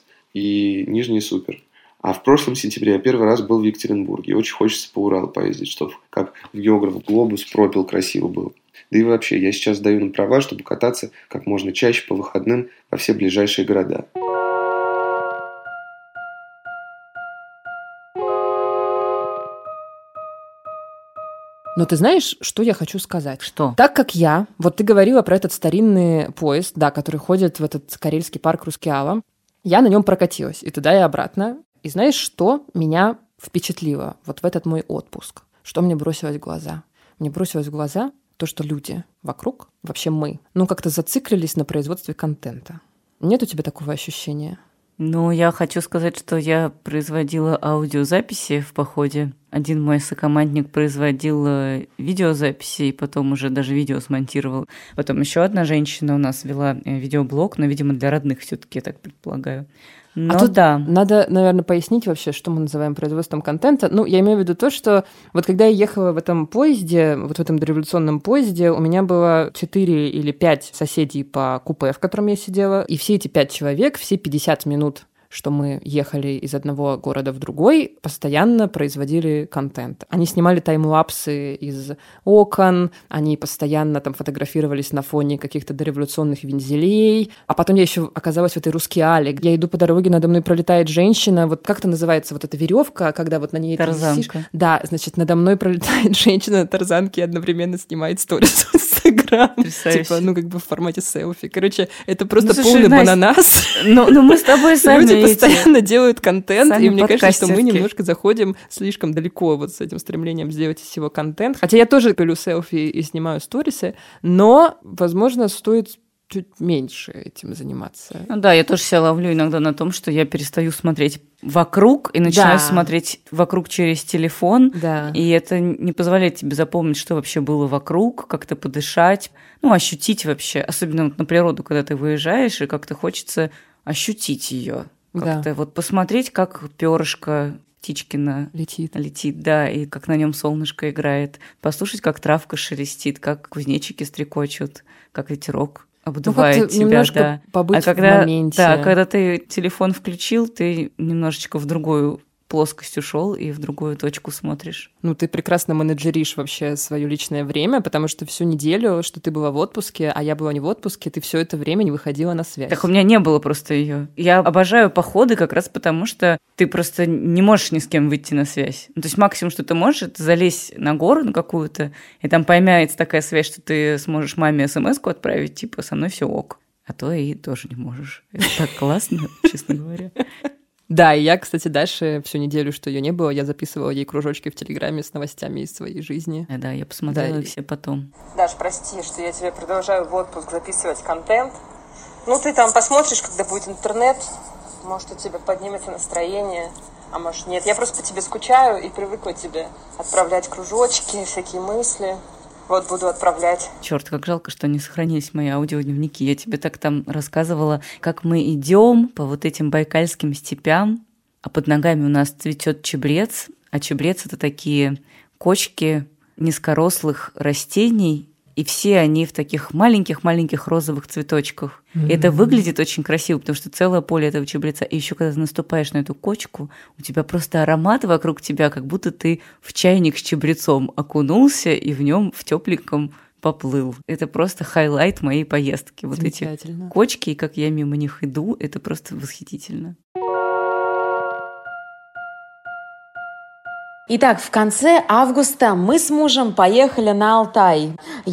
И Нижний супер. А в прошлом сентябре я первый раз был в Екатеринбурге. И очень хочется по Уралу поездить, чтобы как в географ глобус пропил красиво было. Да и вообще, я сейчас сдаю на права, чтобы кататься как можно чаще по выходным во все ближайшие города. Но ты знаешь, что я хочу сказать? Что? Так как я, вот ты говорила про этот старинный поезд, да, который ходит в этот карельский парк Рускеала, я на нем прокатилась и туда, и обратно. И знаешь, что меня впечатлило вот в этот мой отпуск? Что мне бросилось в глаза? Мне бросилось в глаза то, что люди вокруг, вообще мы, ну, как-то зациклились на производстве контента. Нет у тебя такого ощущения? Ну, я хочу сказать, что я производила аудиозаписи в походе. Один мой сокомандник производил видеозаписи и потом уже даже видео смонтировал. Потом еще одна женщина у нас вела видеоблог, но, видимо, для родных все-таки, я так предполагаю. Но а тут да. Надо, наверное, пояснить вообще, что мы называем производством контента. Ну, я имею в виду то, что вот когда я ехала в этом поезде, вот в этом дореволюционном поезде, у меня было четыре или пять соседей по купе, в котором я сидела, и все эти пять человек, все пятьдесят минут, что мы ехали из одного города в другой, постоянно производили контент. Они снимали таймлапсы из окон, они постоянно там фотографировались на фоне каких-то дореволюционных вензелей. А потом я еще оказалась в этой Рускеале. Я иду по дороге, надо мной пролетает женщина. Вот как это называется? Вот эта веревка, когда вот на ней тарзанка. Ты висишь. Да, значит, надо мной пролетает женщина на тарзанке и одновременно снимает сторис в Инстаграм. Типа, ну, как бы в формате селфи. Короче, это просто ну, полный Настя, бананас. Ну, ну, мы с тобой сами люди постоянно делают контент, сами и мне кажется, что мы немножко заходим слишком далеко вот с этим стремлением сделать из всего контент. Хотя я тоже пилю селфи и снимаю сторисы, но, возможно, стоит чуть меньше этим заниматься. Ну да, я тоже себя ловлю иногда на том, что я перестаю смотреть вокруг и начинаю да. смотреть вокруг через телефон, да. и это не позволяет тебе запомнить, что вообще было вокруг, как-то подышать, ну, ощутить вообще, особенно вот на природу, когда ты выезжаешь, и как-то хочется ощутить ее. Как-то да. вот посмотреть, как перышко птичкина летит. летит, да, и как на нем солнышко играет, послушать, как травка шелестит, как кузнечики стрекочут, как ветерок обдувает ну, тебя, немножко да. побыть а когда, в моменте. Да, когда ты телефон включил, ты немножечко в другую плоскость ушел и в другую точку смотришь. Ну, ты прекрасно менеджеришь вообще свое личное время, потому что всю неделю, что ты была в отпуске, а я была не в отпуске, ты все это время не выходила на связь. Так у меня не было просто ее. Я обожаю походы как раз потому, что ты просто не можешь ни с кем выйти на связь. Ну, то есть максимум, что ты можешь, это залезть на гору на какую-то, и там поймается такая связь, что ты сможешь маме смс-ку отправить, типа, со мной все ок. А то и тоже не можешь. Это так классно, честно говоря. Да, и я, кстати, дальше всю неделю, что ее не было, я записывала ей кружочки в Телеграме с новостями из своей жизни. Да, я посмотрела да, их все потом. Даш, прости, что я тебе продолжаю в отпуск записывать контент. Ну, ты там посмотришь, когда будет интернет, может, у тебя поднимется настроение, а может, нет. Я просто по тебе скучаю и привыкла тебе отправлять кружочки, всякие мысли. Вот буду отправлять. Черт, как жалко, что не сохранились мои аудиодневники. Я тебе так там рассказывала, как мы идем по вот этим байкальским степям, а под ногами у нас цветет чебрец, а чебрец — это такие кочки низкорослых растений, и все они в таких маленьких-маленьких розовых цветочках. Mm-hmm. И это выглядит очень красиво, потому что целое поле этого чебреца. И еще когда ты наступаешь на эту кочку, у тебя просто аромат вокруг тебя, как будто ты в чайник с чебрецом окунулся и в нем в тепленьком поплыл. Это просто хайлайт моей поездки. Вот эти кочки, и как я мимо них иду, это просто восхитительно. Итак, в конце августа мы с мужем поехали на Алтай.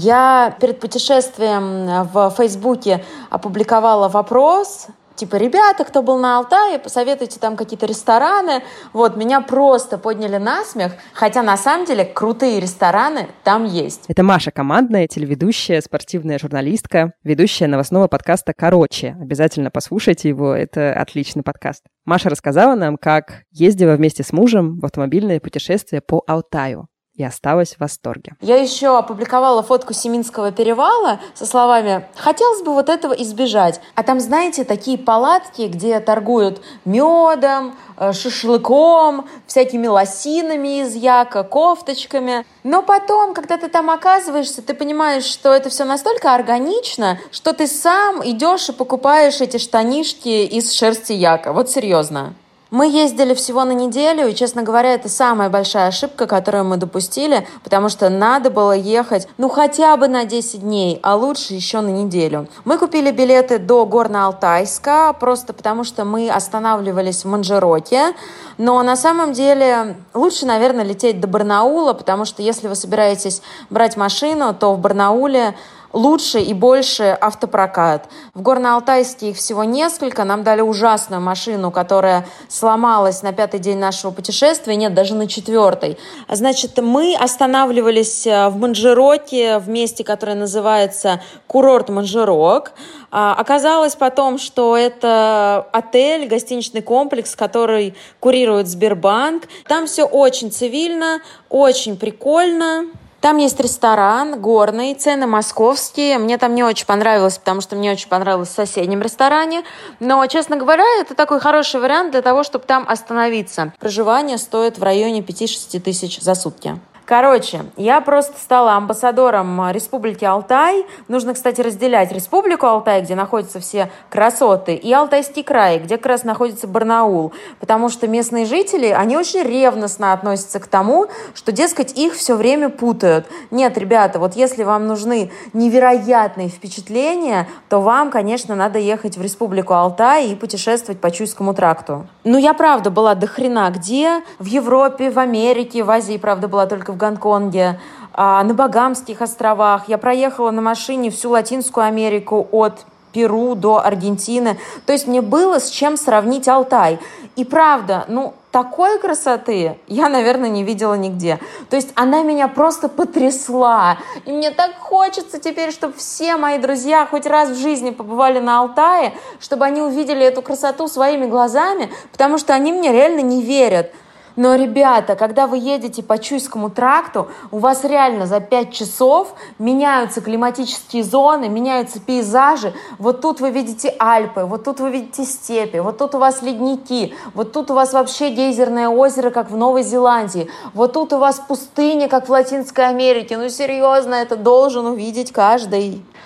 Я перед путешествием в Фейсбуке опубликовала вопрос, типа, ребята, кто был на Алтае, посоветуйте там какие-то рестораны. Вот, меня просто подняли на смех, хотя на самом деле крутые рестораны там есть. Это Маша Командная, телеведущая, спортивная журналистка, ведущая новостного подкаста «Короче». Обязательно послушайте его, это отличный подкаст. Маша рассказала нам, как ездила вместе с мужем в автомобильное путешествие по Алтаю. И осталась в восторге. Я еще опубликовала фотку Семинского перевала со словами «хотелось бы вот этого избежать». А там, знаете, такие палатки, где торгуют медом, шашлыком, всякими лосинами из яка, кофточками. Но потом, когда ты там оказываешься, ты понимаешь, что это все настолько органично, что ты сам идешь и покупаешь эти штанишки из шерсти яка. Вот серьезно. Мы ездили всего на неделю, и, честно говоря, это самая большая ошибка, которую мы допустили, потому что надо было ехать, ну, хотя бы на десять дней, а лучше еще на неделю. Мы купили билеты до Горно-Алтайска, просто потому что мы останавливались в Манжероке, но на самом деле лучше, наверное, лететь до Барнаула, потому что если вы собираетесь брать машину, то в Барнауле лучше и больше автопрокат. В Горно-Алтайске их всего несколько. Нам дали ужасную машину, которая сломалась на пятый день нашего путешествия. Нет, даже на четвертый. Значит, мы останавливались в Манжероке, в месте, которое называется курорт Манжерок. Оказалось потом, что это отель, гостиничный комплекс, который курирует Сбербанк. Там все очень цивильно, очень прикольно. Там есть ресторан горный, цены московские. Мне там не очень понравилось, потому что мне очень понравилось в соседнем ресторане. Но, честно говоря, это такой хороший вариант для того, чтобы там остановиться. Проживание стоит в районе пять-шесть тысяч за сутки. Короче, я просто стала амбассадором Республики Алтай. Нужно, кстати, разделять Республику Алтай, где находятся все красоты, и Алтайский край, где как раз находится Барнаул. Потому что местные жители, они очень ревностно относятся к тому, что, дескать, их все время путают. Нет, ребята, вот если вам нужны невероятные впечатления, то вам, конечно, надо ехать в Республику Алтай и путешествовать по Чуйскому тракту. Ну, я, правда, была до хрена где. В Европе, в Америке, в Азии, правда, была только в Гонконге, на Багамских островах. Я проехала на машине всю Латинскую Америку от Перу до Аргентины. То есть мне было с чем сравнить Алтай. И правда, ну, такой красоты я, наверное, не видела нигде. То есть она меня просто потрясла. И мне так хочется теперь, чтобы все мои друзья хоть раз в жизни побывали на Алтае, чтобы они увидели эту красоту своими глазами, потому что они мне реально не верят. Но, ребята, когда вы едете по Чуйскому тракту, у вас реально за пять часов меняются климатические зоны, меняются пейзажи. Вот тут вы видите Альпы, вот тут вы видите степи, вот тут у вас ледники, вот тут у вас вообще гейзерное озеро, как в Новой Зеландии, вот тут у вас пустыня, как в Латинской Америке. Ну, серьезно, это должен увидеть каждый.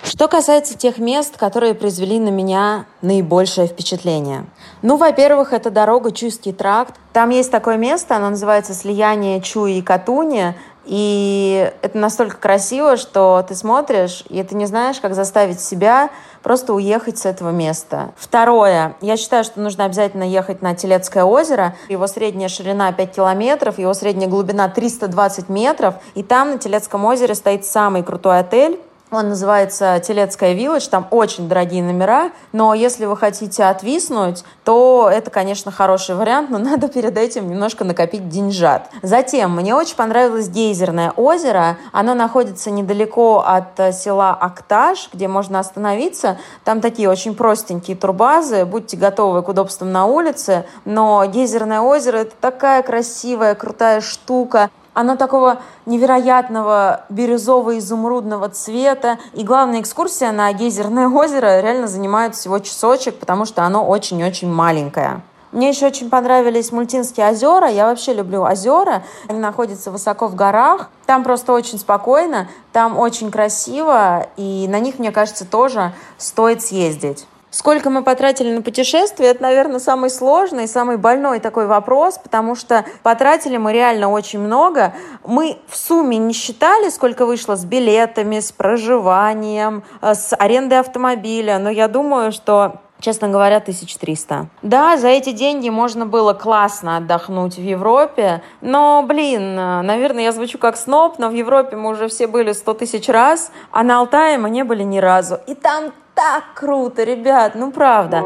Что касается тех мест, которые произвели на меня наибольшее впечатление. Ну, во-первых, это дорога Чуйский тракт. Там есть такое место, оно называется «Слияние Чуи и Катуни». И это настолько красиво, что ты смотришь, и ты не знаешь, как заставить себя просто уехать с этого места. Второе. Я считаю, что нужно обязательно ехать на Телецкое озеро. Его средняя ширина пять километров, его средняя глубина триста двадцать метров. И там на Телецком озере стоит самый крутой отель. Он называется Телецкая Вилледж, там очень дорогие номера, но если вы хотите отвиснуть, то это, конечно, хороший вариант, но надо перед этим немножко накопить деньжат. Затем, мне очень понравилось Гейзерное озеро, оно находится недалеко от села Акташ, где можно остановиться, там такие очень простенькие турбазы, будьте готовы к удобствам на улице, но Гейзерное озеро – это такая красивая, крутая штука. Оно такого невероятного бирюзово-изумрудного цвета. И главная экскурсия на Гейзерное озеро реально занимает всего часочек, потому что оно очень-очень маленькое. Мне еще очень понравились Мультинские озера. Я вообще люблю озера. Они находятся высоко в горах. Там просто очень спокойно, там очень красиво. И на них, мне кажется, тоже стоит съездить. Сколько мы потратили на путешествие, это, наверное, самый сложный, самый больной такой вопрос, потому что потратили мы реально очень много. Мы в сумме не считали, сколько вышло с билетами, с проживанием, с арендой автомобиля, но я думаю, что, честно говоря, тысяча триста. Да, за эти деньги можно было классно отдохнуть в Европе, но, блин, наверное, я звучу как сноб, но в Европе мы уже все были сто тысяч раз, а на Алтае мы не были ни разу. И там так круто, ребят, ну правда.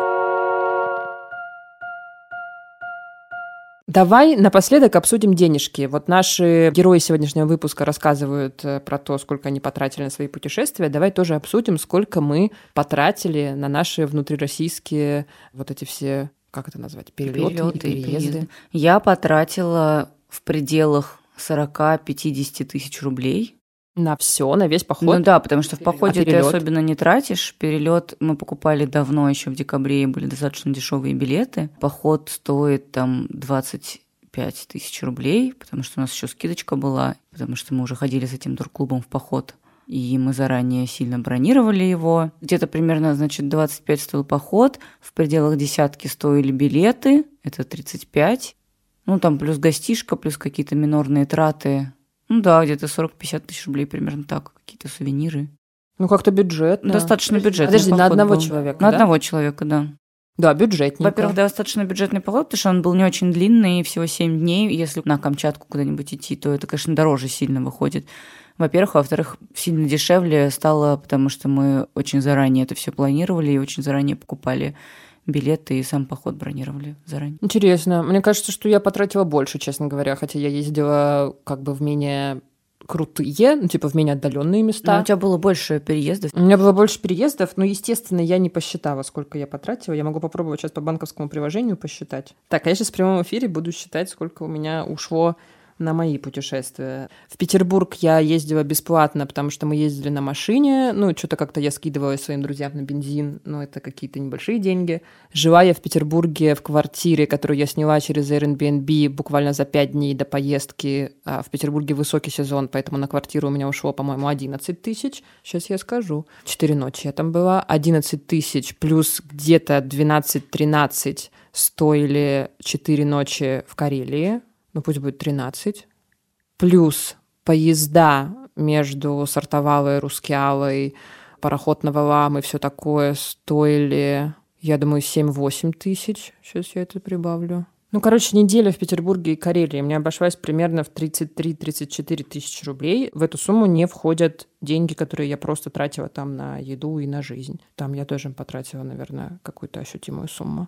Давай напоследок обсудим денежки. Вот наши герои сегодняшнего выпуска рассказывают про то, сколько они потратили на свои путешествия. Давай тоже обсудим, сколько мы потратили на наши внутрироссийские вот эти все, как это назвать, перелеты, перелеты и переезды. переезды. Я потратила в пределах сорок-пятьдесят тысяч рублей. На все, на весь поход? Ну да, потому что в походе а ты особенно не тратишь. Перелет мы покупали давно, еще в декабре, и были достаточно дешевые билеты. Поход стоит там двадцать пять тысяч рублей, потому что у нас еще скидочка была, потому что мы уже ходили с этим турклубом в поход. И мы заранее сильно бронировали его. Где-то примерно, значит, двадцать пять стоил поход, в пределах десятки стоили билеты, это тридцать пять. Ну там плюс гостишка, плюс какие-то минорные траты. Ну да, где-то сорок-пятьдесят тысяч рублей, примерно так, какие-то сувениры. Ну как-то бюджетно. Достаточно бюджетный Подожди, поход на одного был. человека, На да? одного человека, да. Да, бюджетненько. Во-первых, достаточно бюджетный поход, потому что он был не очень длинный, всего семь дней. Если на Камчатку куда-нибудь идти, то это, конечно, дороже сильно выходит. Во-первых, во-вторых, сильно дешевле стало, потому что мы очень заранее это все планировали и очень заранее покупали билеты и сам поход бронировали заранее. Интересно. Мне кажется, что я потратила больше, честно говоря, хотя я ездила как бы в менее крутые, ну, типа в менее отдаленные места. Но у тебя было больше переездов. У меня было больше переездов, но, естественно, я не посчитала, сколько я потратила. Я могу попробовать сейчас по банковскому приложению посчитать. Так, а я сейчас в прямом эфире буду считать, сколько у меня ушло на мои путешествия. В Петербург я ездила бесплатно, потому что мы ездили на машине. Ну, что-то как-то я скидывала своим друзьям на бензин, но это какие-то небольшие деньги. Жила я в Петербурге в квартире, которую я сняла через Airbnb буквально за пять дней до поездки. А в Петербурге высокий сезон, поэтому на квартиру у меня ушло, по-моему, одиннадцать тысяч. Сейчас я скажу. Четыре ночи я там была. одиннадцать тысяч плюс где-то двенадцать-тринадцать стоили четыре ночи в Карелии. Ну, пусть будет тринадцать. Плюс поезда между Сартовалой, Рускеалой, пароход на Валам и все такое стоили, я думаю, семь-восемь тысяч. Сейчас я это прибавлю. Ну, короче, неделя в Петербурге и Карелии мне обошлась примерно в тридцать три-тридцать четыре тысячи рублей. В эту сумму не входят деньги, которые я просто тратила там на еду и на жизнь. Там я тоже потратила, наверное, какую-то ощутимую сумму.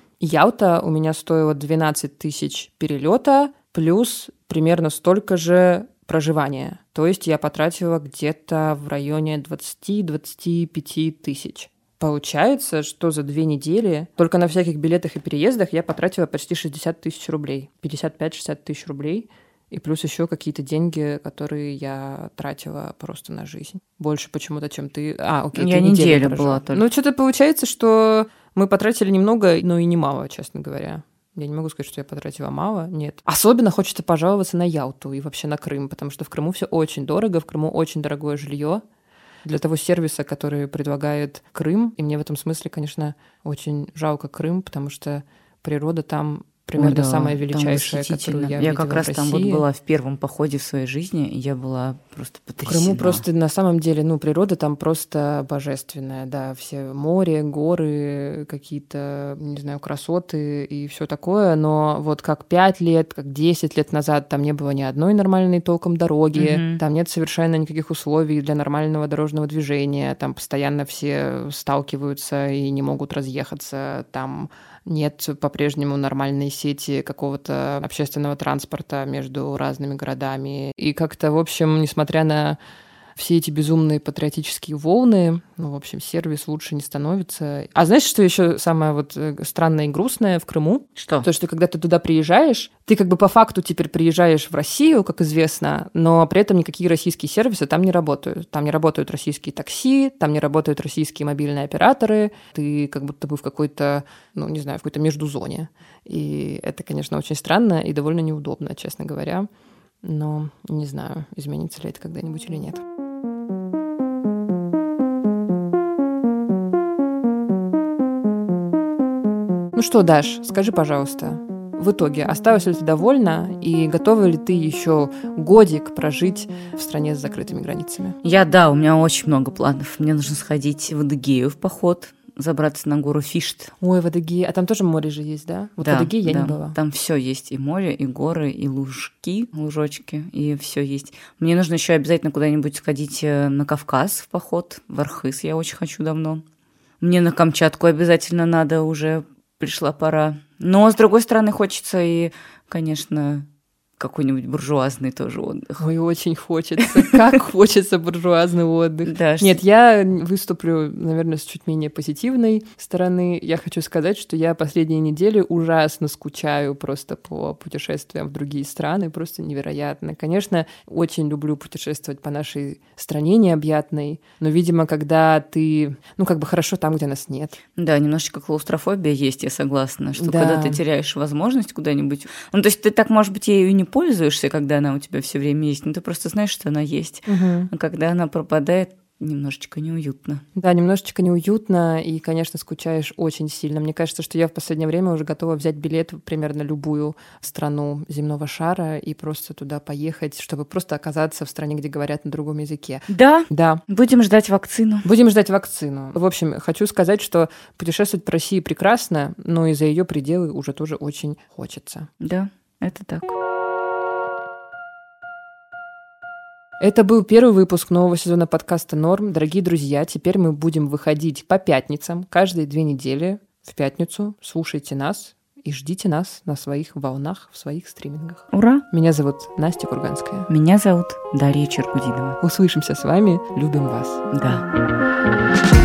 Ялта у меня стоила двенадцать тысяч перелета плюс примерно столько же проживания. То есть я потратила где-то в районе двадцать-двадцать пять тысяч. Получается, что за две недели только на всяких билетах и переездах я потратила почти шестьдесят тысяч рублей. пятьдесят пять-шестьдесят тысяч рублей. И плюс еще какие-то деньги, которые я тратила просто на жизнь. Больше почему-то, чем ты... А, окей, я ты неделю была только. Ну, что-то получается, что мы потратили немного, но и немало, честно говоря. Я не могу сказать, что я потратила мало, нет. Особенно хочется пожаловаться на Ялту и вообще на Крым, потому что в Крыму все очень дорого, в Крыму очень дорогое жилье. для того сервиса, который предлагает Крым. И мне в этом смысле, конечно, очень жалко Крым, потому что природа там примерно Ой, да, самая величайшая, которую я, я видела как раз в России. там вот была в первом походе в своей жизни, и я была просто потрясена. В Крыму просто на самом деле, ну, природа там просто божественная, да, все море, горы, какие-то, не знаю, красоты и все такое, но вот как пять лет, как десять лет назад там не было ни одной нормальной толком дороги, mm-hmm. там нет совершенно никаких условий для нормального дорожного движения, там постоянно все сталкиваются и не могут разъехаться, там нет по-прежнему нормальной сети какого-то общественного транспорта между разными городами. И как-то, в общем, несмотря на все эти безумные патриотические волны, ну, в общем, сервис лучше не становится. А знаешь, что еще самое вот странное и грустное в Крыму? Что? То, что когда ты туда приезжаешь, ты как бы по факту теперь приезжаешь в Россию, как известно, но при этом никакие российские сервисы там не работают. Там не работают российские такси, там не работают российские мобильные операторы. Ты как будто бы в какой-то, ну, не знаю, в какой-то междузоне. И это, конечно, очень странно и довольно неудобно, честно говоря. Но не знаю, изменится ли это когда-нибудь или нет. Ну что, Даш, скажи, пожалуйста, в итоге осталась ли ты довольна и готова ли ты еще годик прожить в стране с закрытыми границами? Я, да, у меня очень много планов. Мне нужно сходить в Адыгею в поход, забраться на гору Фишт. Ой, в Адыгее. А там тоже море же есть, да? Вот да, в Адыгее я да. не была. Там все есть, и море, и горы, и лужки, лужочки, и все есть. Мне нужно еще обязательно куда-нибудь сходить на Кавказ в поход, в Архыз я очень хочу давно. Мне на Камчатку обязательно надо, уже пришла пора. Но, с другой стороны, хочется и, конечно, какой-нибудь буржуазный тоже отдых. Ой, очень хочется. Как хочется буржуазный отдых. Да, Нет, я выступлю, наверное, с чуть менее позитивной стороны. Я хочу сказать, что я последние недели ужасно скучаю просто по путешествиям в другие страны. Просто невероятно. Конечно, очень люблю путешествовать по нашей стране необъятной, но, видимо, когда ты... Ну, как бы хорошо там, где нас нет. Да, немножечко клаустрофобия есть, я согласна, что да. когда ты теряешь возможность куда-нибудь... Ну, то есть ты так, может быть, ею и не пользуешься, когда она у тебя все время есть, но ты просто знаешь, что она есть. Угу. А когда она пропадает, немножечко неуютно. Да, немножечко неуютно, и, конечно, скучаешь очень сильно. Мне кажется, что я в последнее время уже готова взять билет в примерно любую страну земного шара и просто туда поехать, чтобы просто оказаться в стране, где говорят на другом языке. Да, да. Будем ждать вакцину. Будем ждать вакцину. В общем, хочу сказать, что путешествовать по России прекрасно, но и за ее пределы уже тоже очень хочется. Да, это так. Это был первый выпуск нового сезона подкаста «Норм». Дорогие друзья, теперь мы будем выходить по пятницам, каждые две недели в пятницу. Слушайте нас и ждите нас на своих волнах, в своих стримингах. Ура! Меня зовут Настя Курганская. Меня зовут Дарья Черкудинова. Услышимся с вами. Любим вас. Да.